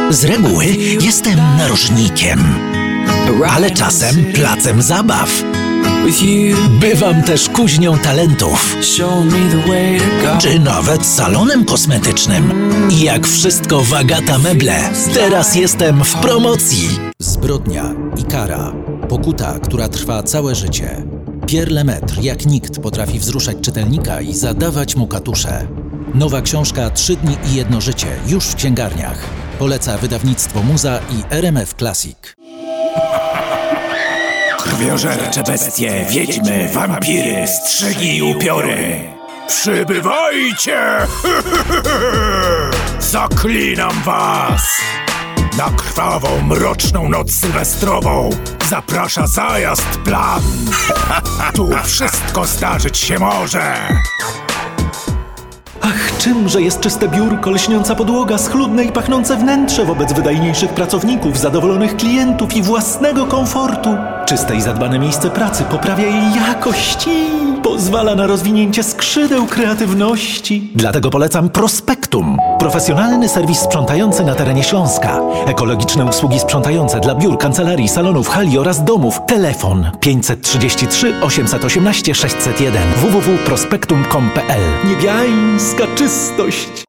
Z reguły jestem narożnikiem, ale czasem placem zabaw. Bywam też kuźnią talentów, czy nawet salonem kosmetycznym. I jak wszystko w Agata Meble, teraz jestem w promocji. Zbrodnia i kara. Pokuta, która trwa całe życie. Pierre Lemaitre jak nikt potrafi wzruszać czytelnika i zadawać mu katusze. Nowa książka 3 dni i 1 życie już w księgarniach. Poleca wydawnictwo Muza i RMF Classic. Krwiożercze bestie, wiedźmy, wampiry, strzygi i upiory. Przybywajcie! Zaklinam was! Na krwawą, mroczną noc sylwestrową zaprasza zajazd plan. Tu wszystko zdarzyć się może. Ach, czymże jest czyste biurko, lśniąca podłoga, schludne i pachnące wnętrze wobec wydajniejszych pracowników, zadowolonych klientów i własnego komfortu. Czyste i zadbane miejsce pracy poprawia jej jakość i pozwala na rozwinięcie skrzydeł kreatywności. Dlatego polecam Prospektum. Profesjonalny serwis sprzątający na terenie Śląska. Ekologiczne usługi sprzątające dla biur, kancelarii, salonów, hali oraz domów. Telefon 533 818 601 www.prospektum.com.pl. Niebiańska czystość.